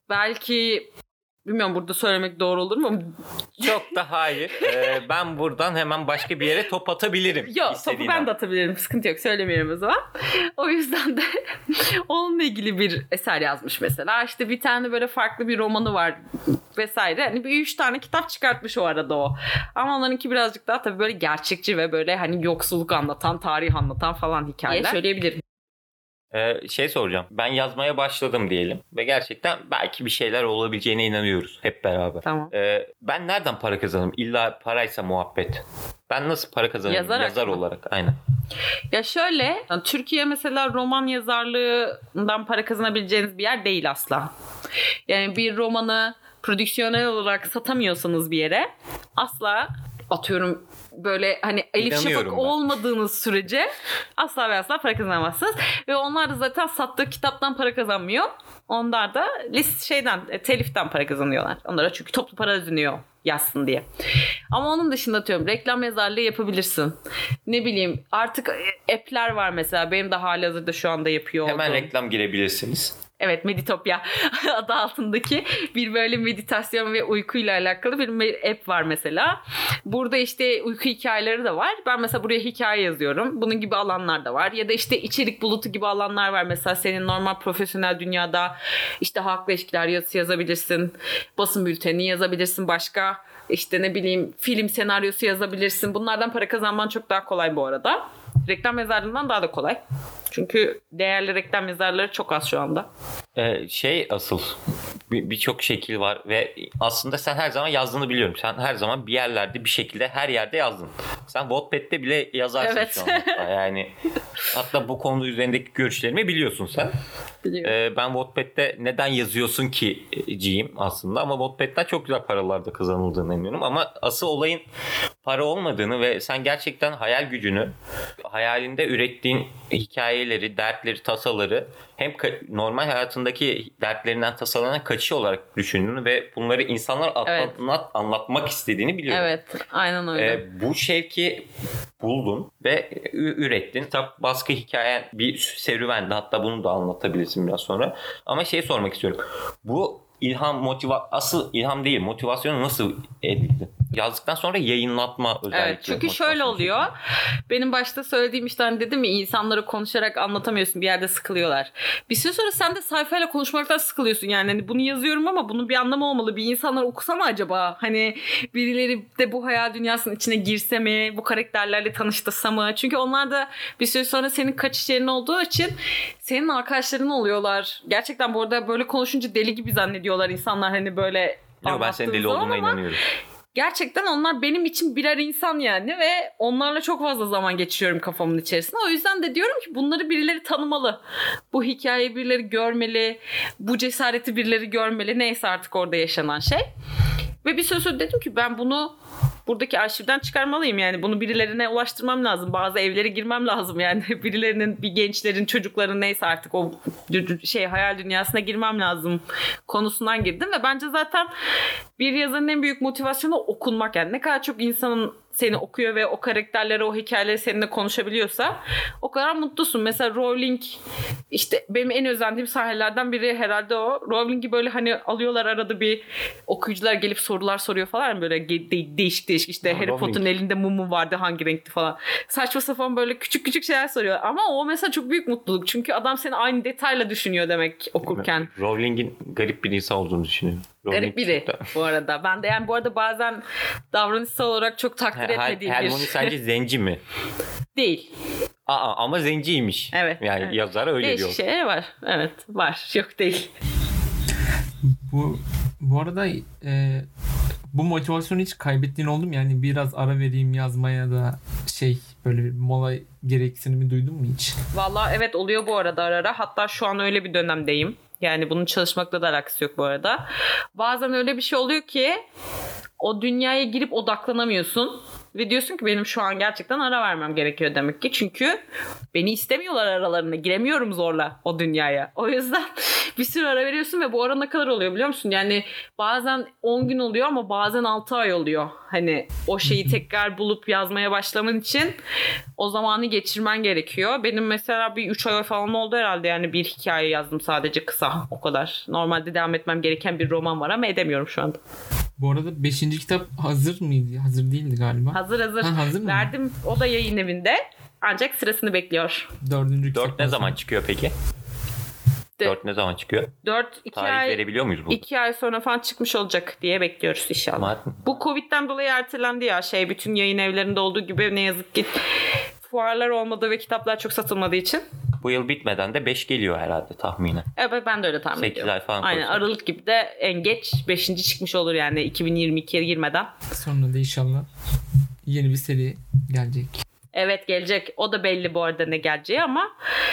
belki bilmiyorum burada söylemek doğru olur mu? Çok da hayır. Ben buradan hemen başka bir yere top atabilirim. Yok, topu ben de atabilirim. Sıkıntı yok. Söylemiyorum o zaman. O yüzden de onunla ilgili bir eser yazmış mesela. İşte bir tane böyle farklı bir romanı var vesaire. Hani bir 3 tane kitap çıkartmış o arada o. Ama onlarınki birazcık daha tabii böyle gerçekçi ve böyle hani yoksulluk anlatan, tarih anlatan falan hikayeler. Söyleyebilirim. Soracağım. Ben yazmaya başladım diyelim. Ve gerçekten belki bir şeyler olabileceğine inanıyoruz hep beraber. Tamam. Ben nereden para kazanırım? İlla paraysa muhabbet. Ben nasıl para kazanırım? Yazarak Yazar mı? olarak. Aynen. Ya şöyle, Türkiye mesela roman yazarlığından para kazanabileceğiniz bir yer değil asla. Yani bir romanı prodüksiyonel olarak satamıyorsanız bir yere asla, atıyorum böyle hani Elif Şafak olmadığınız sürece asla ve asla para kazanamazsınız. Ve onlar da zaten sattığı kitaptan para kazanmıyor. Onlar da teliften para kazanıyorlar. Onlara çünkü toplu para ödeniyor yazsın diye. Ama onun dışında atıyorum reklam yazarlığı yapabilirsin. Ne bileyim artık app'ler var mesela. Benim de halihazırda şu anda yapıyor olduğum. Hemen reklam girebilirsiniz. Evet, Meditopya adı altındaki bir böyle meditasyon ve uykuyla alakalı bir app var mesela. Burada işte uyku hikayeleri de var. Ben mesela buraya hikaye yazıyorum. Bunun gibi alanlar da var. Ya da işte içerik bulutu gibi alanlar var. Mesela senin normal profesyonel dünyada işte halkla ilişkiler yazısı yazabilirsin. Basın bülteni yazabilirsin başka. İşte ne bileyim film senaryosu yazabilirsin. Bunlardan para kazanman çok daha kolay bu arada. Reklam yazarlığından daha da kolay. Çünkü değerli reklam yazarları çok az şu anda. Asıl birçok şekil var ve aslında sen her zaman yazdığını biliyorum. Sen her zaman bir yerlerde bir şekilde her yerde yazdın. Sen Wattpad'de bile yazarsın evet. Şu anda. Yani hatta bu konu üzerindeki görüşlerimi biliyorsun sen. Biliyorum. Ben Wattpad'de neden yazıyorsun ki ciyim aslında ama Wattpad'den çok güzel paralar da kazanıldığını eminim ama asıl olayın para olmadığını ve sen gerçekten hayal gücünü, hayalinde ürettiğin hikayeleri, dertleri, tasaları hem normal hayatındaki dertlerinden tasalanan kaçış olarak düşündüğünü ve bunları insanlar anlatmak istediğini biliyorum. Evet, aynen öyle. Bu şevki buldun ve ürettin. Tabi baskı hikayen bir serüvendi. Hatta bunu da anlatabilirsin biraz sonra. Ama sormak istiyorum. Bu asıl ilham değil, motivasyonu nasıl edildin? yazdıktan sonra yayınlatma özellikle. Evet, çünkü şöyle oluyor. Benim başta söylediğim işte hani dedim ya, insanlara konuşarak anlatamıyorsun, bir yerde sıkılıyorlar. Bir süre sonra sen de sayfayla konuşmaktan sıkılıyorsun yani. Hani bunu yazıyorum ama bunun bir anlamı olmalı. Bir insanlar okusa mı acaba? Hani birileri de bu hayal dünyasının içine girse mi? Bu karakterlerle tanıştırsa mı? Çünkü onlar da bir süre sonra senin kaçış yerin olduğu için senin arkadaşların oluyorlar. Gerçekten bu arada böyle konuşunca deli gibi zannediyorlar insanlar, hani böyle. Yok, ben senin deli olduğuna inanıyorum. Gerçekten onlar benim için birer insan yani ve onlarla çok fazla zaman geçiriyorum kafamın içerisinde. O yüzden de diyorum ki bunları birileri tanımalı. Bu hikayeyi birileri görmeli. Bu cesareti birileri görmeli. Neyse artık orada yaşanan şey. Ve bir süre sonra dedim ki ben bunu buradaki arşivden çıkarmalıyım yani. Bunu birilerine ulaştırmam lazım. Bazı evlere girmem lazım yani. Birilerinin, bir gençlerin, çocukların neyse artık o hayal dünyasına girmem lazım konusundan girdim. Ve bence zaten bir yazarın en büyük motivasyonu okunmak yani. Ne kadar çok insanın seni okuyor ve o karakterleri, o hikayeleri seninle konuşabiliyorsa o kadar mutlusun. Mesela Rowling, işte benim en özendiğim sahnelerden biri herhalde o. Rowling'i böyle hani alıyorlar, arada bir okuyucular gelip sorular soruyor falan, böyle değişik işte Harry Potter'ın elinde mumu vardı, hangi renkti falan. Saçma sapan böyle küçük küçük şeyler soruyor. Ama o mesela çok büyük mutluluk. Çünkü adam seni aynı detayla düşünüyor demek okurken. Rowling'in garip bir insan olduğunu düşünüyorum. Garip biri bu arada. Ben de yani bu arada bazen davranışsal olarak çok takdir etmediğim Hermione sence zenci mi? Değil. Ama zenciymiş. Evet. Yani evet. yazar öyle değişik diyor. Değişik şeyler var. Evet var. Yok değil. Bu arada bu motivasyonu hiç kaybettiğin oldu mu? Yani biraz ara vereyim yazmaya da böyle bir mola gereksinimi duydun mu hiç? Vallahi evet, oluyor bu arada ara. Hatta şu an öyle bir dönemdeyim. Yani bunun çalışmakla da alakası yok bu arada. Bazen öyle bir şey oluyor ki o dünyaya girip odaklanamıyorsun. Ve diyorsun ki benim şu an gerçekten ara vermem gerekiyor demek ki. Çünkü beni istemiyorlar aralarına. Giremiyorum zorla o dünyaya. O yüzden bir sürü ara veriyorsun ve bu ara ne kadar oluyor biliyor musun? Yani bazen 10 gün oluyor ama bazen 6 ay oluyor. Hani o şeyi tekrar bulup yazmaya başlaman için o zamanı geçirmen gerekiyor. Benim mesela bir 3 ay falan oldu herhalde. Yani bir hikaye yazdım sadece, kısa, o kadar. Normalde devam etmem gereken bir roman var ama edemiyorum şu anda. Bu arada 5. kitap hazır mıydı? Hazır değildi galiba. Hazır. Hazır mı? Verdim, o da yayın evinde. Ancak sırasını bekliyor. 4. kitap. 4 ne zaman çıkıyor peki? 4 ne zaman çıkıyor? 2 Tarih ay verebiliyor muyuz burada? 2 ay sonra falan çıkmış olacak diye bekliyoruz inşallah. Bu Covid'den dolayı ertelendi ya. Bütün yayın evlerinde olduğu gibi ne yazık ki fuarlar olmadığı ve kitaplar çok satılmadığı için. Bu yıl bitmeden de 5 geliyor herhalde tahminen. Evet, ben de öyle tahmin 8 ediyorum. ay falan. Aynen, koysun. Aralık gibi de en geç 5. çıkmış olur yani 2022'ye girmeden. Sonra da inşallah yeni bir seri gelecek. Evet, gelecek. O da belli bu arada ne geleceği ama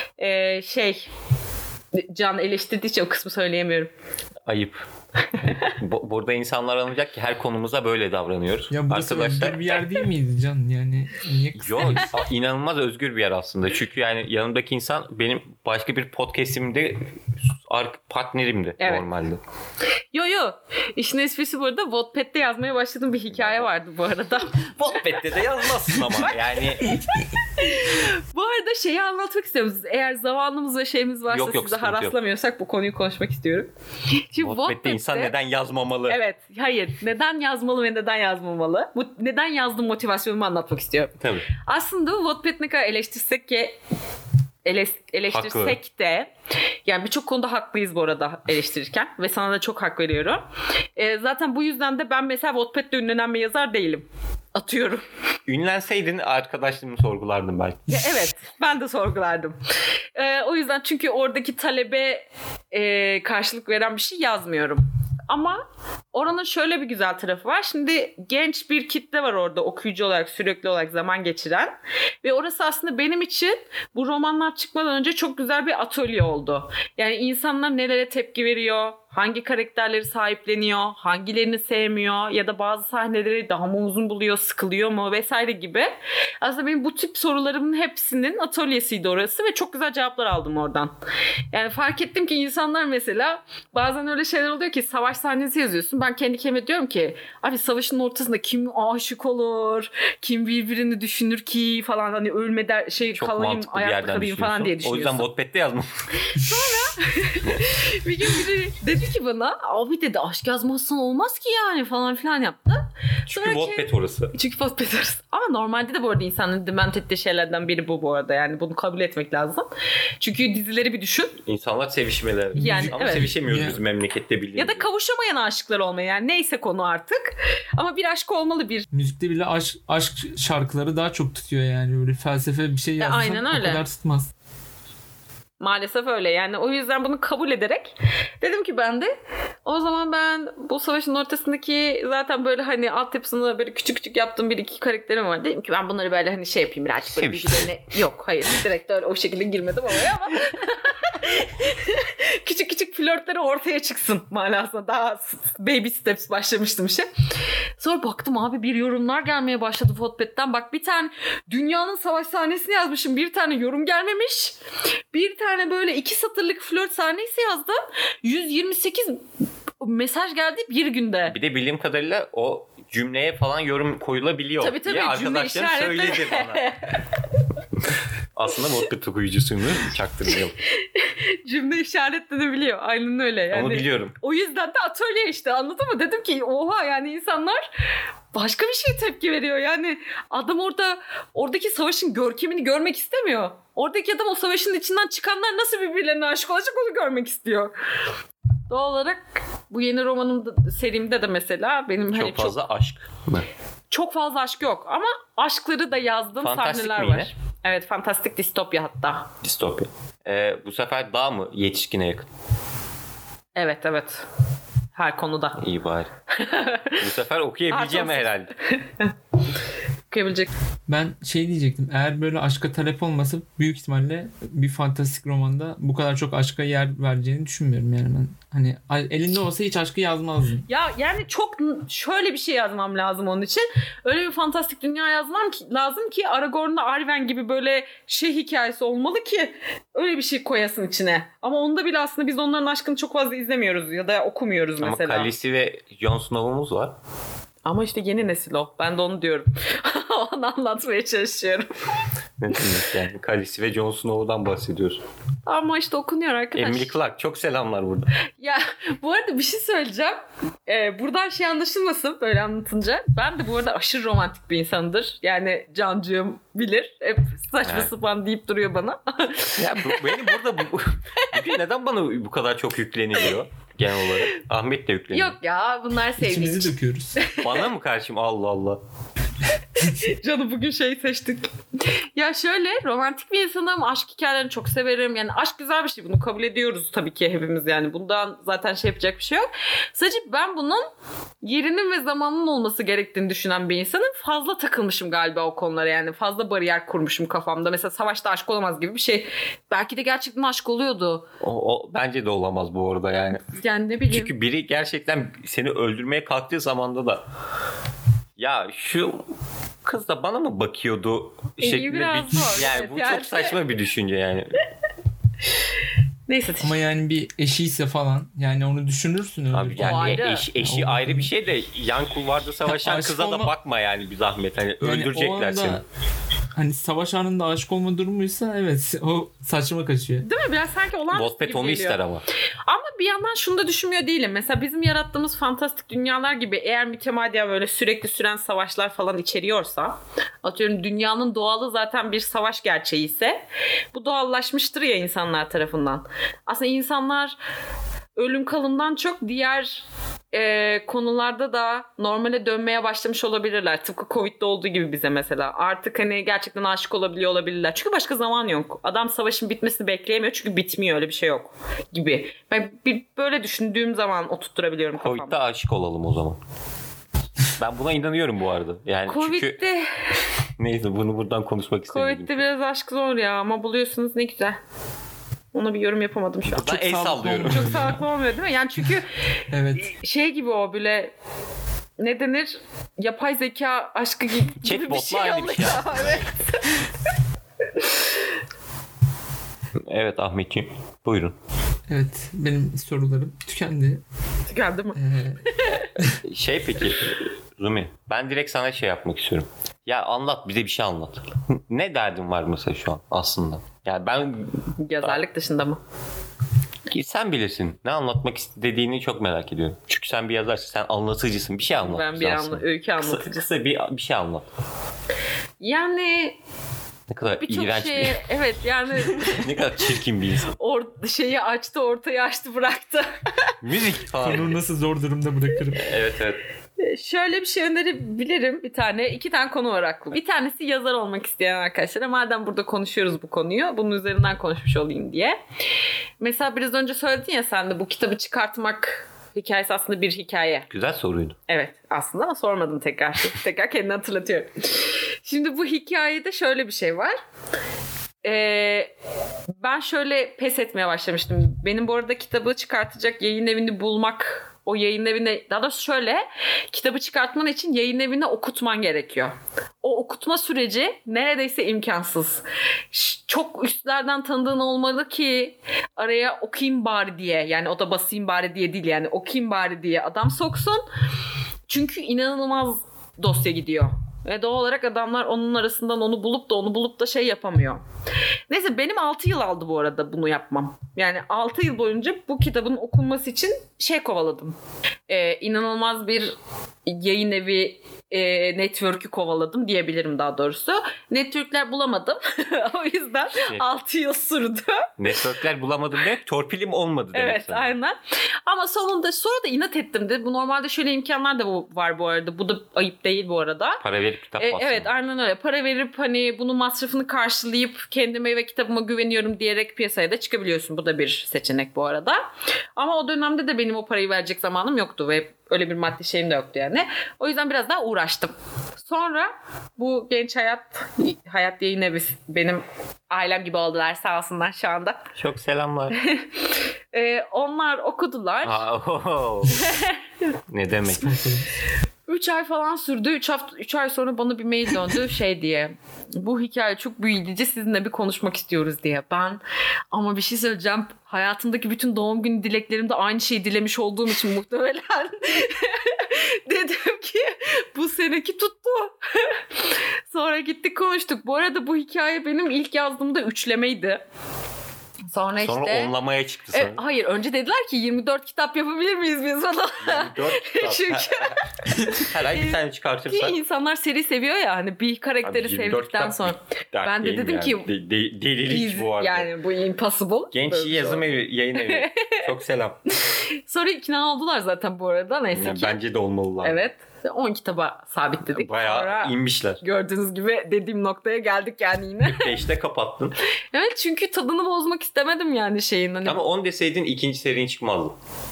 Can eleştirdiği için o kısmı söyleyemiyorum. Ayıp. Burada insanlar anlayacak ki her konumuza böyle davranıyoruz. Ya burası özgür bir yer değil miydi Can? Yani niye Yok, inanılmaz özgür bir yer aslında. Çünkü yani yanımdaki insan benim başka bir podcastimde partnerimdi normalde. Yo. İşin esprisi burada Wattpad'de yazmaya başladığım bir hikaye vardı bu arada. Wattpad'de de yazmazsın ama yani. Bu arada anlatmak istiyorum. Eğer zamanımız ve şeyimiz varsa yok, size haraslamıyorsak bu konuyu konuşmak istiyorum. Şimdi Wattpad'de insan neden yazmamalı? Evet. Hayır. Neden yazmalı ve neden yazmamalı? Bu neden yazdığım motivasyonumu anlatmak istiyorum. Tabii. Aslında Wattpad ne kadar eleştirsek de yani birçok konuda haklıyız bu arada eleştirirken ve sana da çok hak veriyorum. Zaten bu yüzden de ben mesela Wattpad'de ünlenen bir yazar değilim. Atıyorum. Ünlenseydin arkadaşlığımı sorgulardım belki. Evet, ben de sorgulardım. O yüzden çünkü oradaki talebe karşılık veren bir şey yazmıyorum. Ama oranın şöyle bir güzel tarafı var. Şimdi genç bir kitle var orada, okuyucu olarak sürekli olarak zaman geçiren. Ve orası aslında benim için bu romanlar çıkmadan önce çok güzel bir atölye oldu. Yani insanlar nelere tepki veriyor, hangi karakterleri sahipleniyor, hangilerini sevmiyor ya da bazı sahneleri daha mı uzun buluyor, sıkılıyor mu vesaire gibi. Aslında benim bu tip sorularımın hepsinin atölyesiydi orası ve çok güzel cevaplar aldım oradan. Yani fark ettim ki insanlar mesela bazen öyle şeyler oluyor ki savaş sahnesi yazıyorsun. Ben kendi kendime diyorum ki abi savaşın ortasında kim aşık olur, kim birbirini düşünür ki falan, hani ölme kalayım, ayakta kalayım falan diye düşünüyorsun. O yüzden Wattpad'de yazmam. Sonra bir gün biri dedi ki bana abi dedi aşk yazmazsan olmaz ki yani falan filan yaptı. Çünkü Wattpad orası. Çünkü Wattpad orası. Ama normalde de bu arada insanın dement ettiği şeylerden biri bu arada. Yani bunu kabul etmek lazım. Çünkü dizileri bir düşün. İnsanlar sevişmeler. Yani, ama evet. sevişemiyoruz biz memlekette bildiğimiz. Ya da kavuşamayan aşıklar olmaya. Yani neyse konu artık. Ama bir aşk olmalı bir. Müzikte bile aşk şarkıları daha çok tutuyor yani. Böyle felsefe bir şey yazsan aynen öyle. o kadar tutmaz. Maalesef öyle. Yani o yüzden bunu kabul ederek dedim ki ben de o zaman ben bu savaşın ortasındaki zaten böyle hani altyapısını böyle küçük küçük yaptığım bir iki karakterim var. Dedim ki ben bunları böyle hani şey yapayım birazcık böyle birbirlerine. Yok hayır direkt öyle o şekilde girmedim oraya ama küçük küçük flörtleri ortaya çıksın manasında. Daha baby steps başlamıştım işe. Sonra baktım abi bir yorumlar gelmeye başladı Wattpad'den. Bak bir tane dünyanın savaş sahnesini yazmışım. Bir tane yorum gelmemiş. Bir tane böyle 2 satırlık flört sahnesi yazdım. 128 mesaj geldi bir günde. Bir de bildiğim kadarıyla o cümleye falan yorum koyulabiliyor. Tabii diye arkadaşlarım söyledi bana. Aslında Wattpad okuyucusunu çaktırmayalım. Cümle işaretlenebiliyor. Aynen öyle. Yani, onu biliyorum. O yüzden de atölye işte anladın mı? Dedim ki oha yani insanlar başka bir şeye tepki veriyor. Yani adam oradaki savaşın görkemini görmek istemiyor. Oradaki adam o savaşın içinden çıkanlar nasıl birbirlerine aşık olacak onu görmek istiyor. Doğal olarak bu yeni romanım serimde de mesela benim çok hani fazla aşk mı? Çok fazla aşk yok ama aşkları da yazdığım fantastik sahneler var. Evet, fantastik distopya hatta. Distopya. Bu sefer daha mı yetişkine yakın? Evet. Her konuda. İyi bari. Bu sefer okuyabileceğim herhalde. Okuyabilecek. Ben şey diyecektim. Eğer böyle aşka talep olmasa büyük ihtimalle bir fantastik romanda bu kadar çok aşka yer vereceğini düşünmüyorum yani ben. Hani elinde olsa hiç aşkı yazmazdın. Ya yani çok şöyle bir şey yazmam lazım onun için. Öyle bir fantastik dünya yazmam ki lazım ki Aragorn'la Arwen gibi böyle şey hikayesi olmalı ki öyle bir şey koyasın içine. Ama onda bile aslında biz onların aşkını çok fazla izlemiyoruz ya da okumuyoruz mesela. Ama Khaleesi ve Jon Snow'umuz var. Ama işte yeni nesil o. Ben de onu diyorum. Onu anlatmaya çalışıyorum. Ne demek yani? Khaleesi ve Jon Snow'dan bahsediyoruz. Ama işte okunuyor arkadaş. Emily Clark. Çok selamlar burada. Ya bu arada bir şey söyleyeceğim. Buradan şey anlaşılmasın böyle anlatınca. Ben de bu arada aşırı romantik bir insandır. Yani Cancığım bilir. Hep saçma sapan deyip duruyor bana. Ya beni burada bugün neden bana bu kadar çok yükleniliyor? Genel olarak. Ahmet de yükleniyor. Yok ya bunlar sevdiğim. İçimizi döküyoruz. Bana mı karşım? Allah Allah. Canım bugün şey seçtik. Ya şöyle romantik bir insanım. Aşk hikayelerini çok severim. Yani aşk güzel bir şey. Bunu kabul ediyoruz tabii ki hepimiz yani. Bundan zaten şey yapacak bir şey yok. Sadece ben bunun yerinin ve zamanının olması gerektiğini düşünen bir insanım. Fazla takılmışım galiba o konulara yani. Fazla bariyer kurmuşum kafamda. Mesela savaşta aşk olamaz gibi bir şey. Belki de gerçekten aşk oluyordu. O bence de olamaz bu arada yani. Yani ne bileyim. Çünkü biri gerçekten seni öldürmeye kalktığı zamanda da ya şu kız da bana mı bakıyordu şeklinde yani bu çok saçma bir düşünce yani. Neyse. Ama yani bir eşiyse falan yani onu düşünürsün öyle. Abi yani ayrı. eşi ayrı bir şey de yan kulvarda savaşan kıza da bakma yani bir zahmet. Hani yani öldürecekler seni. Hani savaş anında aşık olma durumuysa evet o saçma kaçıyor. Değil mi? Biraz sanki olağanüstü Wattpad gibi onu geliyor. ister ama. Ama bir yandan şunu da düşünmüyor değilim. Mesela bizim yarattığımız fantastik dünyalar gibi eğer mütemadiyen böyle sürekli süren savaşlar falan içeriyorsa, atıyorum dünyanın doğalı zaten bir savaş gerçeği ise bu doğallaşmıştır ya insanlar tarafından. Aslında insanlar ölüm kalımdan çok diğer konularda da normale dönmeye başlamış olabilirler. Tıpkı Covid'de olduğu gibi bize mesela. Artık hani gerçekten aşık olabiliyor olabilirler. Çünkü başka zaman yok. Adam savaşın bitmesini bekleyemiyor çünkü bitmiyor, öyle bir şey yok gibi. Ben böyle düşündüğüm zaman oturtturabiliyorum kafamda. Covid'de aşık olalım o zaman. Ben buna inanıyorum bu arada. Yani Covid'de çünkü neyse bunu buradan konuşmak istemiyorum. Covid'de biraz aşk zor ya ama buluyorsunuz ne güzel. Ona bir yorum yapamadım şu an. Ben el sallıyorum. Çok sağlıklı olmuyor değil mi? Yani çünkü evet. şey gibi o böyle ne denir? Yapay zeka aşkı gibi bir şey aynı bir şey. Evet. Evet Ahmetciğim. Buyurun. Evet benim sorularım tükendi. Geldi mi? Peki Rumi ben direkt sana şey yapmak istiyorum. Ya anlat bize bir şey anlat. Ne derdin var mesela şu an aslında? Yani ben Yazarlık dışında mı? Sen bilirsin. Ne anlatmak istediğini çok merak ediyorum. Çünkü sen bir yazarsın. Sen anlatıcısın. Bir şey anlat. Ben bir öykü anlatıcı. Kısa bir şey anlat. Yani Ne kadar birçok iğrenç şey, evet yani ne kadar çirkin bir insan. şeyi açtı, ortayı açtı, bıraktı. Müzik falan. Konuyu nasıl zor durumda bırakırım. Evet. Şöyle bir şey önerebilirim bir tane. 2 tane konu var aklımda. Bir tanesi yazar olmak isteyen arkadaşlara. Madem burada konuşuyoruz bu konuyu, bunun üzerinden konuşmuş olayım diye. Mesela biraz önce söyledin ya sen de bu kitabı çıkartmak hikayesi aslında bir hikaye. Güzel soruydu. Evet aslında ama sormadım tekrar. Tekrar kendini hatırlatıyorum. Şimdi bu hikayede şöyle bir şey var. Ben şöyle pes etmeye başlamıştım. Benim bu arada kitabı çıkartacak yayın evini bulmak, o yayın evine, daha doğrusu şöyle, kitabı çıkartman için yayın evine okutman gerekiyor. O okutma süreci neredeyse imkansız. Çok üstlerden tanıdığın olmalı ki araya okuyayım bari diye, yani o da basayım bari diye değil, yani okuyayım bari diye adam soksun. Çünkü inanılmaz dosya gidiyor. Ve doğal olarak adamlar onun arasından onu bulup da şey yapamıyor. Neyse benim 6 yıl aldı bu arada bunu yapmam. Yani 6 yıl boyunca bu kitabın okunması için kovaladım. İnanılmaz bir yayın evi network'ü kovaladım diyebilirim daha doğrusu. Network'ler bulamadım. O yüzden 6 yıl sürdü. Network'ler bulamadım demek torpilim olmadı demek. Evet sana. aynen. Ama sonra da inat ettim de. Bu normalde şöyle imkanlar da var bu arada. Bu da ayıp değil bu arada. Para verip kitap bassın. Evet aynen öyle. Para verip hani bunun masrafını karşılayıp kendime ve kitabıma güveniyorum diyerek piyasaya da çıkabiliyorsun. Bu da bir seçenek bu arada. Ama o dönemde de benim o parayı verecek zamanım yoktu ve öyle bir maddi şeyim de yoktu yani. O yüzden biraz daha uğraştım. Sonra bu Genç Hayat Yayın Evi benim ailem gibi oldular sağ olsunlar şu anda. Çok selamlar. Onlar okudular. Ne demek? 3 ay falan sürdü. 3 ay sonra bana bir mail döndü diye. Bu hikaye çok büyüleyici, sizinle bir konuşmak istiyoruz diye. Ben ama bir şey söyleyeceğim. Hayatımdaki bütün doğum günü dileklerimde aynı şeyi dilemiş olduğum için muhtemelen dedim ki bu seneki tuttu. Sonra gittik konuştuk. Bu arada bu hikaye benim ilk yazdığımda 3'lemeydi. Sonra onlamaya çıktı sana. Hayır, önce dediler ki 24 kitap yapabilir miyiz biz falan. 24 kitap. Çünkü her ay bir tane çıkartırsak. İnsanlar seri seviyor ya hani bir karakteri sevdikten sonra. Ben de dedim ki delilik bu arada. Yani bu impossible. Genç yazım evi, yayın evi. Çok selam. Sonra ikna oldular zaten bu arada neyse ki. Bence de olmalılar. Evet. 10 kitaba sabitledik. Bayağı sonra inmişler. Gördüğünüz gibi dediğim noktaya geldik yani yine. 5'te kapattın. Evet çünkü tadını bozmak istemedim yani şeyin. Hani ama 10 deseydin ikinci serin çıkmazdı.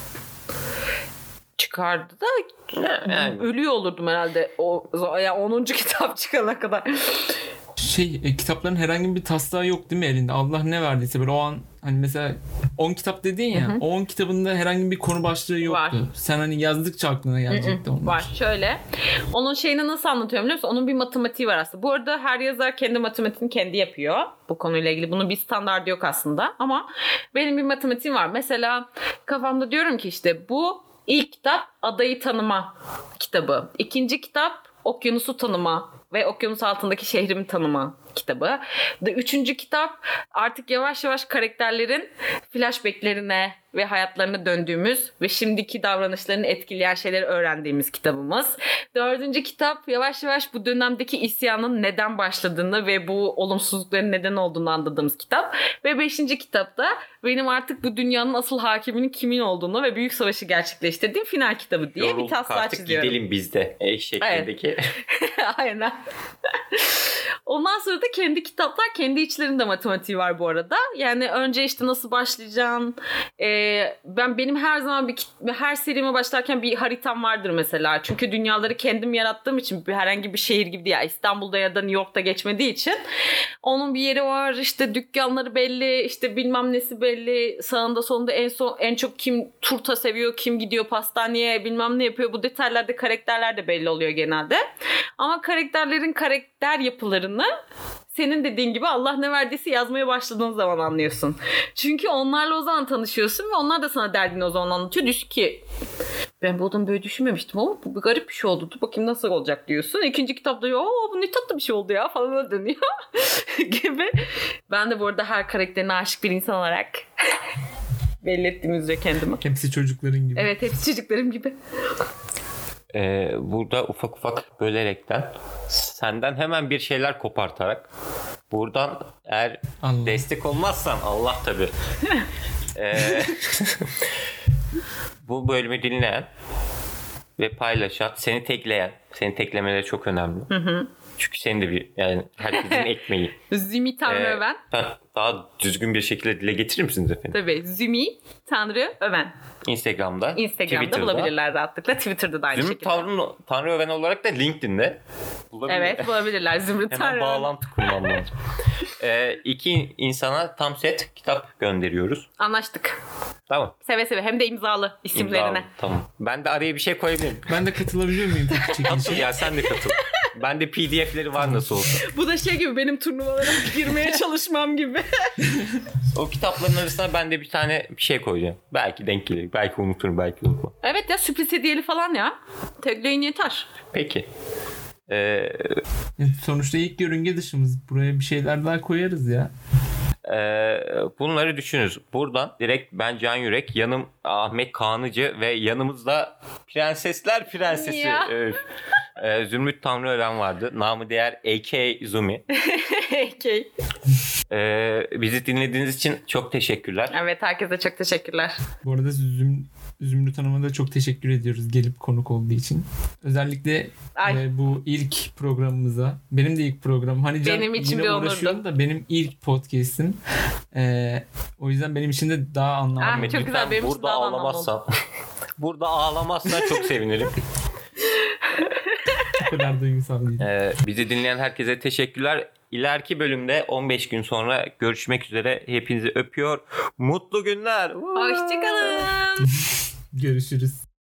Çıkardı da yani. Ölüyor olurdum herhalde. Yani 10. kitap çıkana kadar. Kitapların herhangi bir taslağı yok değil mi elinde? Allah ne verdiyse böyle o an hani mesela 10 kitap dedin ya, o 10 kitabında herhangi bir konu başlığı yoktu. Var. Sen hani yazdıkça aklına gelecekti onlar. Var. Şöyle. Onun şeyini nasıl anlatıyorum biliyor musun? Onun bir matematiği var aslında. Bu arada her yazar kendi matematiğini kendi yapıyor. Bu konuyla ilgili. Bunun bir standardı yok aslında. Ama benim bir matematiğim var. Mesela kafamda diyorum ki işte bu ilk kitap adayı tanıma kitabı. İkinci kitap okyanusu tanıma ve okyanus altındaki şehrimi tanıma kitabı. Üçüncü kitap artık yavaş yavaş karakterlerin flashbacklerine ve hayatlarına döndüğümüz ve şimdiki davranışlarını etkileyen şeyleri öğrendiğimiz kitabımız. Dördüncü kitap yavaş yavaş bu dönemdeki isyanın neden başladığını ve bu olumsuzlukların neden olduğunu anladığımız kitap. Ve beşinci kitapta benim artık bu dünyanın asıl hakiminin kimin olduğunu ve büyük savaşı gerçekleştirdiğim final kitabı diye bir taslağı çiziyorum. Gidelim biz de şeklindeki. Evet. Aynen. Ondan sonra da kendi kitaplar kendi içlerinde matematiği var bu arada. Yani önce işte nasıl başlayacaksın. Benim her zaman her serime başlarken bir haritam vardır mesela. Çünkü dünyaları kendim yarattığım için herhangi bir şehir gibi değil. İstanbul'da ya da New York'ta geçmediği için onun bir yeri var. İşte dükkanları belli, işte bilmem nesi belli. Sağında solunda en çok kim turta seviyor, kim gidiyor pastaneye, bilmem ne yapıyor. Bu detaylarda karakterler de belli oluyor genelde. Ama karakterlerin karakter yapılarını senin dediğin gibi Allah ne verdiyse yazmaya başladığın zaman anlıyorsun. Çünkü onlarla o zaman tanışıyorsun ve onlar da sana derdini o zaman anlatıyor. Diyorsun ki ben bu adamı böyle düşünmemiştim ama bu bir garip bir şey oldu. Dur bakayım nasıl olacak diyorsun. İkinci kitapta bu ne tatlı bir şey oldu ya falan dönüyor gibi. Ben de bu arada her karakterine aşık bir insan olarak belli ettiğim üzere kendimi. Hepsi çocukların gibi. Evet, hepsi çocuklarım gibi. Burada ufak ufak bölerekten senden hemen bir şeyler kopartarak buradan eğer Allah. destek olmazsan Allah tabii. Bu bölümü dinleyen ve paylaşan, seni teklemeleri çok önemli. Çünkü senin de bir yani herkesin ekmeği. Zümi Tanrı Öven. Daha düzgün bir şekilde dile getirir misiniz efendim? Tabii. Zümi Tanrı Öven. Instagram'da Twitter'da bulabilirler rahatlıkla. Twitter'da da aynı Zümrüt şekilde. Tanrı Öven olarak da LinkedIn'de bulabilirler. Evet, bulabilirler. Zümrüt Hemen Tanrı Öven. bağlantı kurmam lazım. 2 insana tam set kitap gönderiyoruz. Anlaştık. Tamam. Seve seve. Hem de imzalı isimlerine. İmzalı, tamam. Ben de araya bir şey koyabilirim. Ben de katılabiliyor muyum peki çekilişe? Ya sen de katıl. Bende PDF'leri var nasıl olsa. Bu da şey gibi, benim turnuvalara girmeye çalışmam gibi. O kitapların arasına ben de bir tane bir şey koyacağım. Belki denk gelir. Belki unuturum. Belki unutmam. Evet ya, sürpriz hediyeli falan ya. Tekleyin yeter. Peki. Sonuçta ilk yörünge dışımız. Buraya bir şeyler daha koyarız ya. Bunları düşünürüz. Buradan direkt ben Can Yürek, yanım Ahmet Kanıcı ve yanımızda Prensesler Prensesi Ya. Zümrüt Tanrıören vardı. Namı değer A.K. Zumi. Okay. Bizi dinlediğiniz için çok teşekkürler. Evet, herkese çok teşekkürler. Bu arada Zümrüt Hanım'a da çok teşekkür ediyoruz gelip konuk olduğu için. Özellikle bu ilk programımıza, benim de ilk programım. Hani Can Benim için yine bir uğraşıyorum onurdu. da benim ilk podcast'im. O yüzden benim için de daha anlamlı. Ah, çok güzel, benim için burada daha anlamlı ağlamazsan burada ağlamazsan çok sevinirim. O kadar duygusal değil. Bizi dinleyen herkese teşekkürler. İleriki bölümde 15 gün sonra görüşmek üzere. Hepinizi öpüyor. Mutlu günler. Hoşçakalın. Görüşürüz.